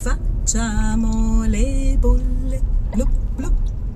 Facciamo le bolle. Blup, blup.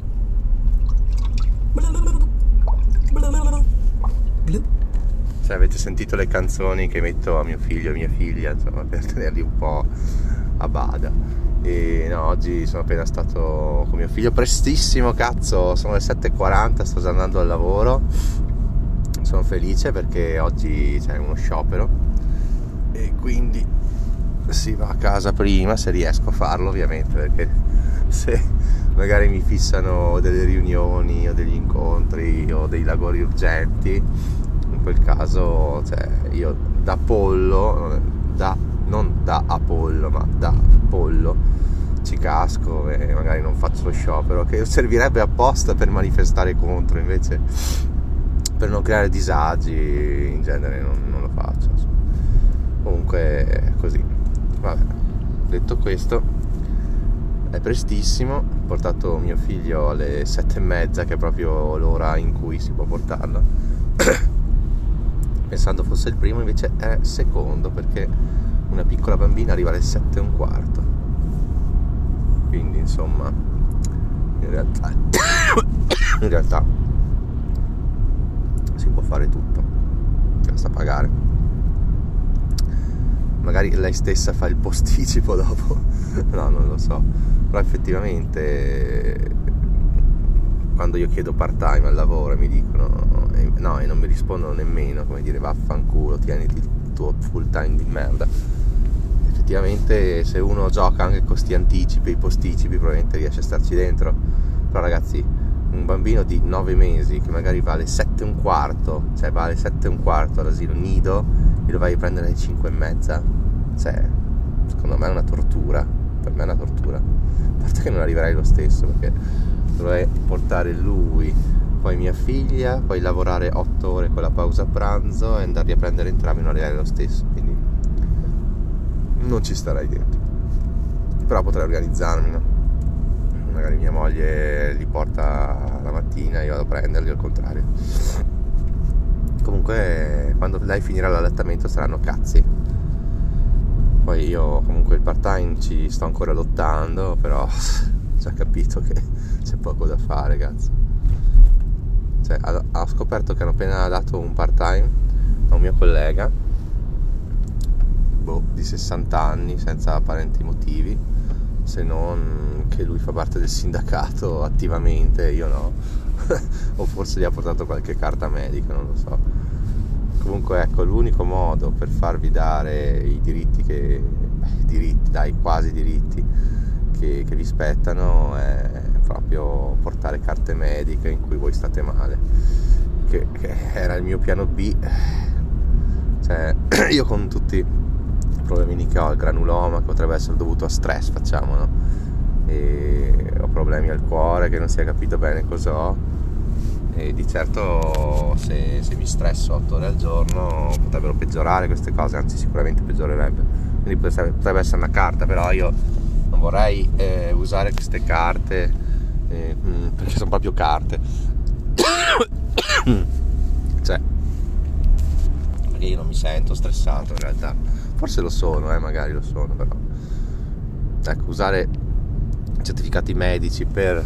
Blup. Se avete sentito le canzoni che metto a mio figlio e mia figlia, insomma, per tenerli un po' a bada. E no, oggi sono appena stato con mio figlio prestissimo, cazzo, sono le 7:40, sto già andando al lavoro. Sono felice perché oggi c'è uno sciopero e quindi si va a casa prima, se riesco a farlo ovviamente, perché se magari mi fissano delle riunioni o degli incontri o dei lavori urgenti, in quel caso, cioè, io da pollo, non da Apollo, ma da pollo ci casco e magari non faccio lo sciopero, che servirebbe apposta per manifestare contro, invece per non creare disagi in genere non lo faccio, insomma. Comunque così, vabbè, detto questo, è prestissimo, ho portato mio figlio alle 7:30, che è proprio l'ora in cui si può portarlo. Pensando fosse il primo, invece è secondo, perché una piccola bambina arriva alle 7:15. Quindi insomma, in realtà si può fare tutto, basta pagare. Magari lei stessa fa il posticipo dopo, no, non lo so, però effettivamente quando io chiedo part time al lavoro mi dicono no, e non mi rispondono nemmeno, come dire, vaffanculo, tieniti il tuo full time di merda. Effettivamente se uno gioca anche con sti anticipi, i posticipi, probabilmente riesce a starci dentro. Però ragazzi, un bambino di 9 mesi che magari va alle 7:15, cioè va alle 7:15 all'asilo nido e lo vai a prendere alle 5:30, cioè secondo me è una tortura, per me è una tortura. A parte che non arriverai lo stesso, perché dovrei portare lui, poi mia figlia, poi lavorare 8 ore con la pausa pranzo e andarli a prendere entrambi, non arriverai lo stesso, quindi non ci starei dentro. Però potrei organizzarmi, no? Magari mia moglie li porta la mattina, io vado a prenderli, o al contrario. Comunque quando lei finirà l'allattamento saranno cazzi. Poi io comunque il part time ci sto ancora lottando, però ho già capito che c'è poco da fare, cazzo. Cioè, ho scoperto che hanno appena dato un part time a un mio collega, di 60 anni, senza apparenti motivi, se non che lui fa parte del sindacato attivamente, io no. O forse gli ha portato qualche carta medica, non lo so. Comunque ecco, l'unico modo per farvi dare i diritti quasi diritti che vi spettano è proprio portare carte mediche in cui voi state male, che era il mio piano B. Cioè, io con tutti i problemini che ho, il granuloma che potrebbe essere dovuto a stress, facciamo, no? E ho problemi al cuore che non si è capito bene cos'ho, e di certo se mi stresso 8 ore al giorno potrebbero peggiorare queste cose, anzi sicuramente peggiorerebbe, quindi potrebbe essere una carta, però io non vorrei usare queste carte perché sono proprio carte. Cioè, perché io non mi sento stressato in realtà, forse lo sono, magari lo sono, però ecco, usare certificati medici per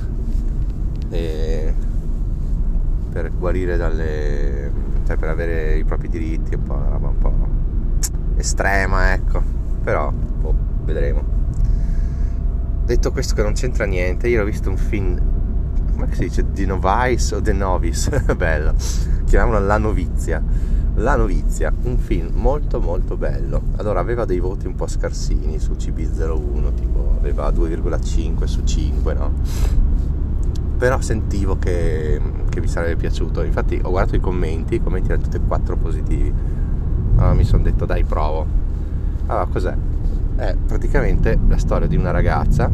guarire dalle, cioè per avere i propri diritti è un po' una roba un po' estrema, ecco, però vedremo. Detto questo, che non c'entra niente, io ho visto un film, come si dice, The Novice o The Novice, bello, chiamavano La Novizia, un film molto molto bello. Allora, aveva dei voti un po' scarsini su CB01, tipo aveva 2,5 su 5, no? Però sentivo che vi sarebbe piaciuto. Infatti ho guardato i commenti erano tutti e 4 positivi. Allora mi sono detto dai, provo. Allora, cos'è? È praticamente la storia di una ragazza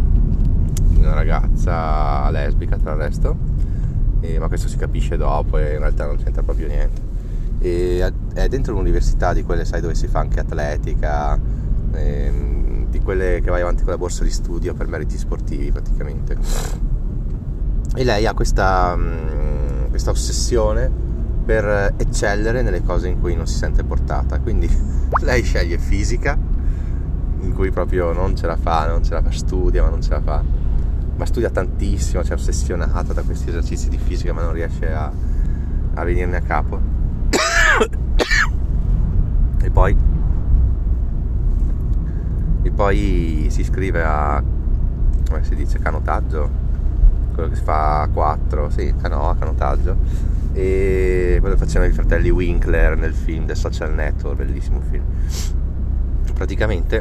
lesbica, tra il resto, ma questo si capisce dopo e in realtà non c'entra proprio niente. E è dentro l'università di quelle, sai, dove si fa anche atletica, di quelle che vai avanti con la borsa di studio per meriti sportivi praticamente. E lei ha questa ossessione per eccellere nelle cose in cui non si sente portata, quindi lei sceglie fisica, in cui proprio non ce la fa, studia ma non ce la fa, ma studia tantissimo, cioè ossessionata da questi esercizi di fisica, ma non riesce a venirne a capo. e poi si iscrive a, come si dice, canotaggio, quello che si fa a 4, sì, canotaggio, e quello che facevano i fratelli Winkler nel film The Social Network, bellissimo film. Praticamente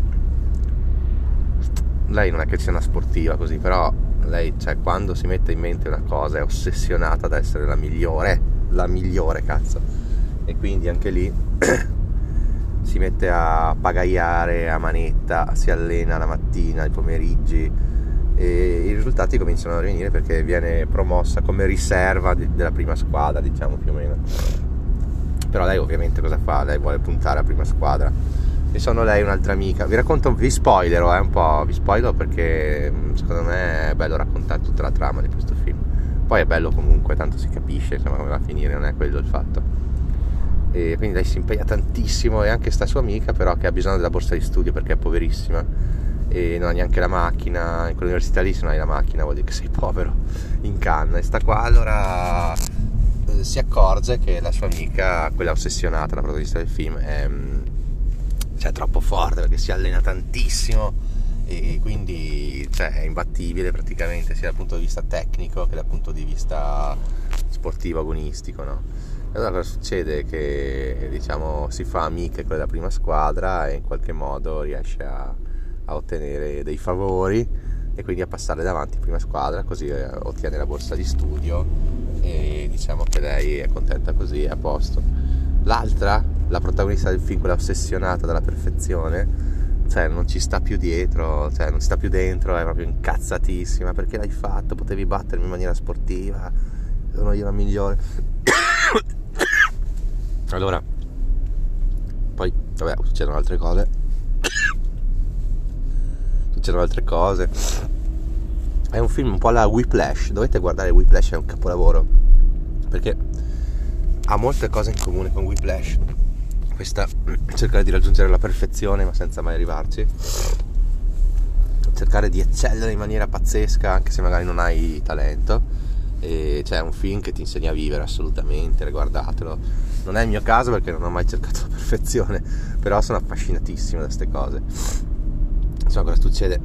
lei non è che sia una sportiva così, però lei, cioè, quando si mette in mente una cosa è ossessionata ad essere la migliore, cazzo, e quindi anche lì si mette a pagaiare a manetta, si allena la mattina, i pomeriggi, e i risultati cominciano a venire perché viene promossa come riserva della prima squadra, diciamo, più o meno. Però lei ovviamente cosa fa? Lei vuole puntare a prima squadra, e sono lei e un'altra amica. Vi spoilerò un po', vi spoilerò perché secondo me è bello raccontare tutta la trama di questo film. Poi è bello comunque, tanto si capisce, insomma, come va a finire, non è quello il fatto. E quindi lei si impegna tantissimo, e anche sta sua amica però, che ha bisogno della borsa di studio perché è poverissima e non ha neanche la macchina. In quell'università lì, se non hai la macchina vuol dire che sei povero in canna. E sta qua allora si accorge che la sua amica, quella ossessionata, la protagonista del film, è troppo forte perché si allena tantissimo, e quindi, cioè, è imbattibile praticamente, sia dal punto di vista tecnico che dal punto di vista sportivo agonistico, no? E allora cosa succede? Che, diciamo, si fa amiche con la prima squadra e in qualche modo riesce a ottenere dei favori e quindi a passare davanti in prima squadra, così ottiene la borsa di studio, e diciamo che lei è contenta così, è a posto. L'altra, la protagonista del film, quella ossessionata dalla perfezione, cioè non ci sta più dietro, cioè non ci sta più dentro, è proprio incazzatissima. Perché l'hai fatto? Potevi battermi in maniera sportiva, sono io la migliore. Allora, poi vabbè, succedono altre cose. È un film un po' alla Whiplash, dovete guardare Whiplash, è un capolavoro perché ha molte cose in comune con Whiplash. Questa cercare di raggiungere la perfezione ma senza mai arrivarci, cercare di eccellere in maniera pazzesca anche se magari non hai talento. E c'è un film che ti insegna a vivere, assolutamente, guardatelo. Non è il mio caso perché non ho mai cercato la perfezione, però sono affascinatissimo da queste cose. Insomma, cosa succede?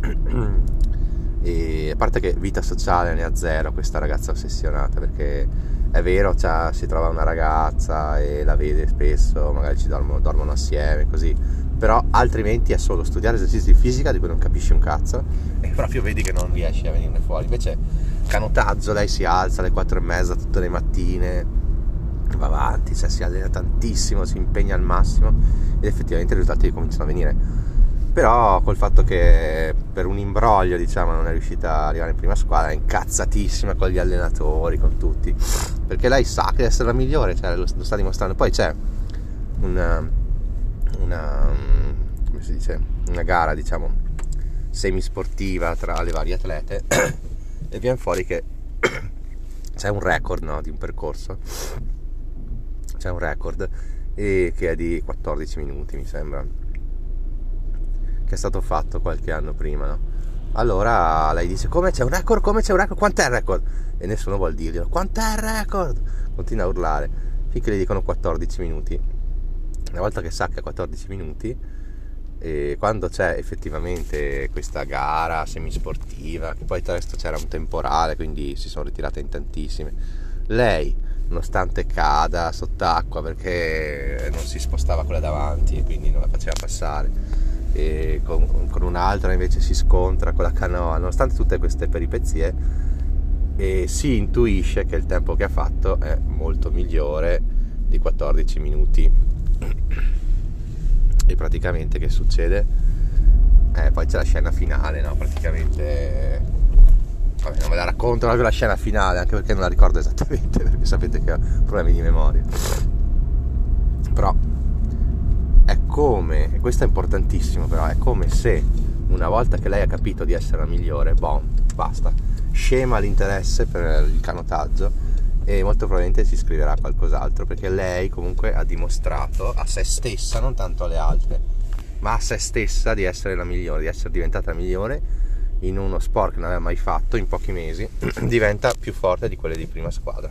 E a parte che vita sociale ne ha zero questa ragazza ossessionata, perché è vero, si trova una ragazza e la vede spesso, magari ci dormono assieme così, però altrimenti è solo studiare esercizi di fisica di cui non capisci un cazzo e proprio vedi che non riesci a venirne fuori. Invece canotaggio, lei si alza alle 4:30 tutte le mattine, va avanti, si allena tantissimo, si impegna al massimo ed effettivamente i risultati cominciano a venire. Però col fatto che per un imbroglio, diciamo, non è riuscita ad arrivare in prima squadra, è incazzatissima con gli allenatori, con tutti, perché lei sa che deve essere la migliore, cioè lo sta dimostrando. Poi c'è una come si dice, una gara, diciamo, semisportiva tra le varie atlete e viene fuori che c'è un record, no, di un percorso, c'è un record che è di 14 minuti, mi sembra, che è stato fatto qualche anno prima, no? Allora lei dice: come c'è un record, quant'è il record? E nessuno vuol dirglielo. Quant'è il record? Continua a urlare finché le dicono 14 minuti. Una volta che sa che ha 14 minuti, e quando c'è effettivamente questa gara semisportiva, che poi tra l'altro c'era un temporale, quindi si sono ritirate in tantissime, lei, nonostante cada sott'acqua perché non si spostava quella davanti e quindi non la faceva passare, e con un'altra invece si scontra con la canoa, nonostante tutte queste peripezie, e si intuisce che il tempo che ha fatto è molto migliore di 14 minuti. E praticamente che succede? Poi c'è la scena finale, no? Praticamente, vabbè, non ve la racconto proprio la scena finale, anche perché non la ricordo esattamente, perché sapete che ho problemi di memoria. Però è come, e questo è importantissimo, però è come se una volta che lei ha capito di essere la migliore, basta, scema l'interesse per il canotaggio e molto probabilmente si iscriverà a qualcos'altro, perché lei comunque ha dimostrato a se stessa, non tanto alle altre, ma a se stessa di essere la migliore, di essere diventata migliore in uno sport che non aveva mai fatto in pochi mesi, diventa più forte di quelle di prima squadra.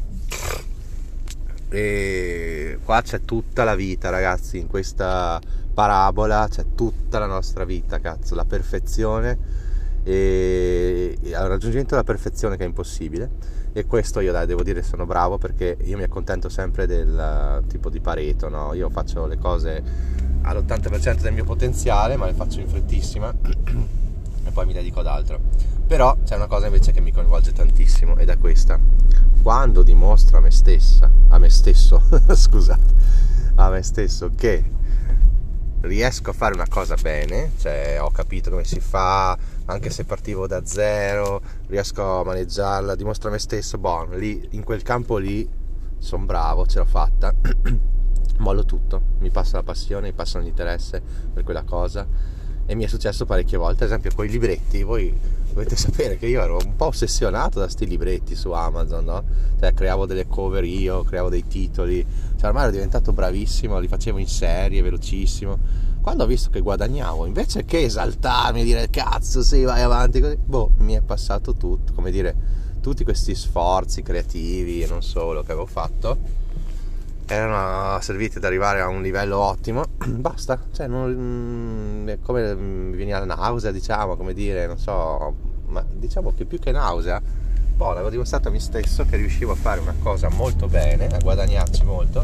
E qua c'è tutta la vita, ragazzi, in questa parabola c'è tutta la nostra vita, cazzo, la perfezione e il raggiungimento della perfezione che è impossibile. E questo io devo dire sono bravo, perché io mi accontento sempre del tipo di Pareto, no? Io faccio le cose all'80% del mio potenziale, ma le faccio in frettissima e poi mi dedico ad altro. Però c'è una cosa invece che mi coinvolge tantissimo, ed è questa: quando dimostro a me stesso scusate, a me stesso che riesco a fare una cosa bene, cioè ho capito come si fa, anche se partivo da zero, riesco a maneggiarla, dimostro a me stesso, lì, in quel campo lì, sono bravo, ce l'ho fatta, mollo tutto, mi passa la passione, mi passa l'interesse per quella cosa. E mi è successo parecchie volte, ad esempio con i libretti. Voi dovete sapere che io ero un po' ossessionato da sti libretti su Amazon, no? Cioè creavo delle cover io, creavo dei titoli, cioè ormai ero diventato bravissimo, li facevo in serie, velocissimo. Quando ho visto che guadagnavo, invece che esaltarmi e dire cazzo sì, vai avanti così, mi è passato tutto, come dire, tutti questi sforzi creativi e non solo che avevo fatto erano serviti ad arrivare a un livello ottimo. Basta, cioè non, come mi veniva la nausea, diciamo, come dire, non so, ma diciamo che più che nausea, l'avevo dimostrato a me stesso che riuscivo a fare una cosa molto bene, a guadagnarci molto,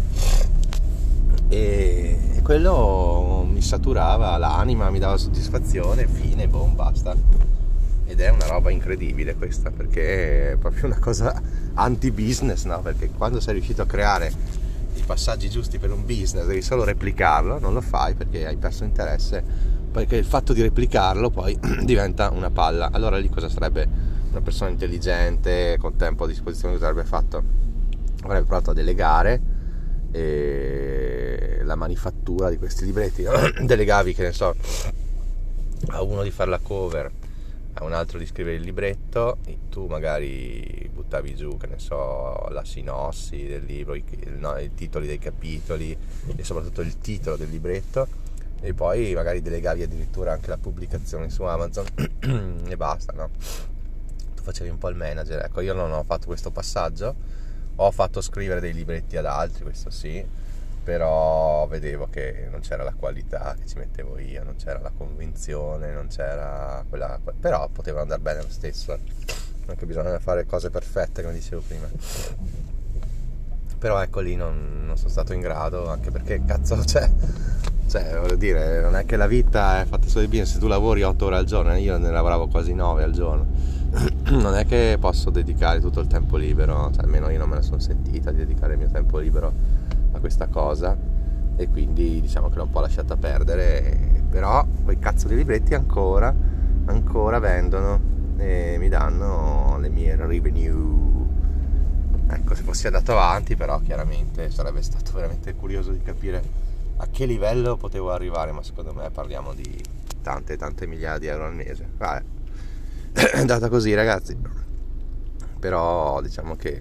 e quello mi saturava l'anima, mi dava soddisfazione, fine, basta. Ed è una roba incredibile questa, perché è proprio una cosa anti-business, no? Perché quando sei riuscito a creare i passaggi giusti per un business, devi solo replicarlo, non lo fai perché hai perso interesse, perché il fatto di replicarlo poi diventa una palla. Allora lì cosa sarebbe una persona intelligente con tempo a disposizione? Cosa avrebbe fatto? Avrebbe provato a delegare la manifattura di questi libretti. Delegavi, che ne so, a uno di fare la cover, a un altro di scrivere il libretto, e tu magari buttavi giù, che ne so, la sinossi del libro, i titoli dei capitoli e soprattutto il titolo del libretto, e poi magari delegavi addirittura anche la pubblicazione su Amazon e basta, no? Tu facevi un po' il manager. Ecco, io non ho fatto questo passaggio, ho fatto scrivere dei libretti ad altri, questo sì, però vedevo che non c'era la qualità che ci mettevo io, non c'era la convinzione, non c'era quella, però poteva andare bene lo stesso, anche bisogna fare cose perfette, come dicevo prima. Però ecco, lì non sono stato in grado, anche perché cazzo, cioè voglio dire, non è che la vita è fatta solo di business. Se tu lavori 8 ore al giorno, io ne lavoravo quasi 9 al giorno, non è che posso dedicare tutto il tempo libero, cioè almeno io non me la sono sentita di dedicare il mio tempo libero a questa cosa, e quindi diciamo che l'ho un po' lasciata perdere. Però quei cazzo di libretti ancora vendono e mi danno le mie revenue. Ecco, se fossi andato avanti, però chiaramente sarebbe stato veramente curioso di capire a che livello potevo arrivare, ma secondo me parliamo di tante migliaia di euro al mese. Vabbè, è andata così, ragazzi. Però diciamo che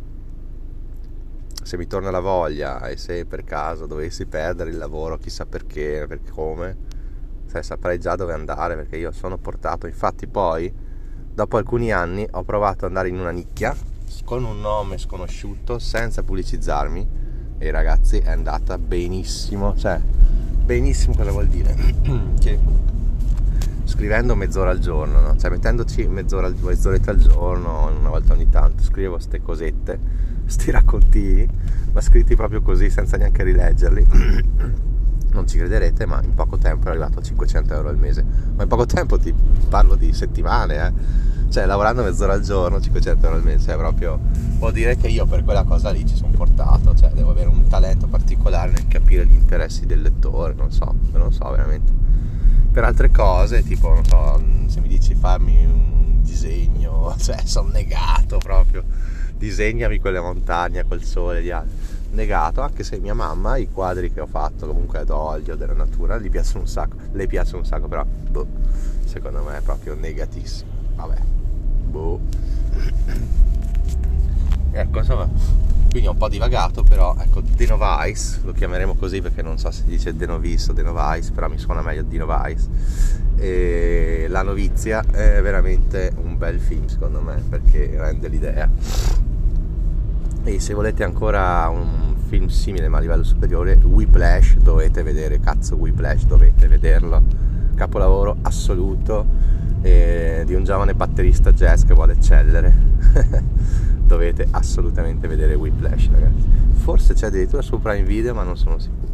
se mi torna la voglia, e se per caso dovessi perdere il lavoro, chissà perché come, saprei già dove andare, perché io sono portato. Infatti poi dopo alcuni anni ho provato ad andare in una nicchia con un nome sconosciuto, senza pubblicizzarmi, e ragazzi è andata benissimo. Cioè benissimo cosa vuol dire? Che scrivendo mezz'ora al giorno, no? Cioè mettendoci mezz'oretta al giorno, una volta ogni tanto scrivevo ste cosette, sti raccontini, ma scritti proprio così, senza neanche rileggerli. Non ci crederete, ma in poco tempo ero arrivato a 500 euro al mese. Ma in poco tempo ti parlo di settimane, Cioè lavorando mezz'ora al giorno, 500 euro al mese, è proprio, vuol dire che io per quella cosa lì ci sono portato. Cioè devo avere un talento particolare nel capire gli interessi del lettore, non so veramente. Per altre cose, tipo, non so, se mi dici farmi un disegno, cioè sono negato proprio. Disegnami quelle montagne col sole, negato. Anche se mia mamma i quadri che ho fatto comunque ad olio della natura le piacciono un sacco, però secondo me è proprio negatissimo. Vabbè, ecco, insomma, quindi ho un po' divagato, però ecco, Denovice, lo chiameremo così perché non so se si dice Denovis o Denovice, però mi suona meglio Denovice. E La novizia è veramente un bel film secondo me, perché rende l'idea. E se volete ancora un film simile ma a livello superiore, Whiplash, dovete vedere, Whiplash, dovete vederlo, capolavoro assoluto di un giovane batterista jazz che vuole eccellere. Dovete assolutamente vedere Whiplash, ragazzi. Forse c'è addirittura su Prime Video, ma non sono sicuro.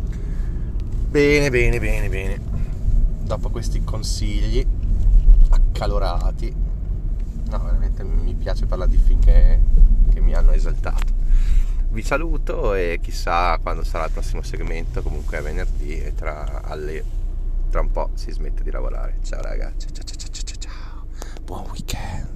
Bene. Dopo questi consigli accalorati, no, veramente mi piace parlare di film che mi hanno esaltato. Vi saluto e chissà quando sarà il prossimo segmento, comunque è venerdì e tra un po' si smette di lavorare. Ciao ragazzi, ciao. Buon weekend.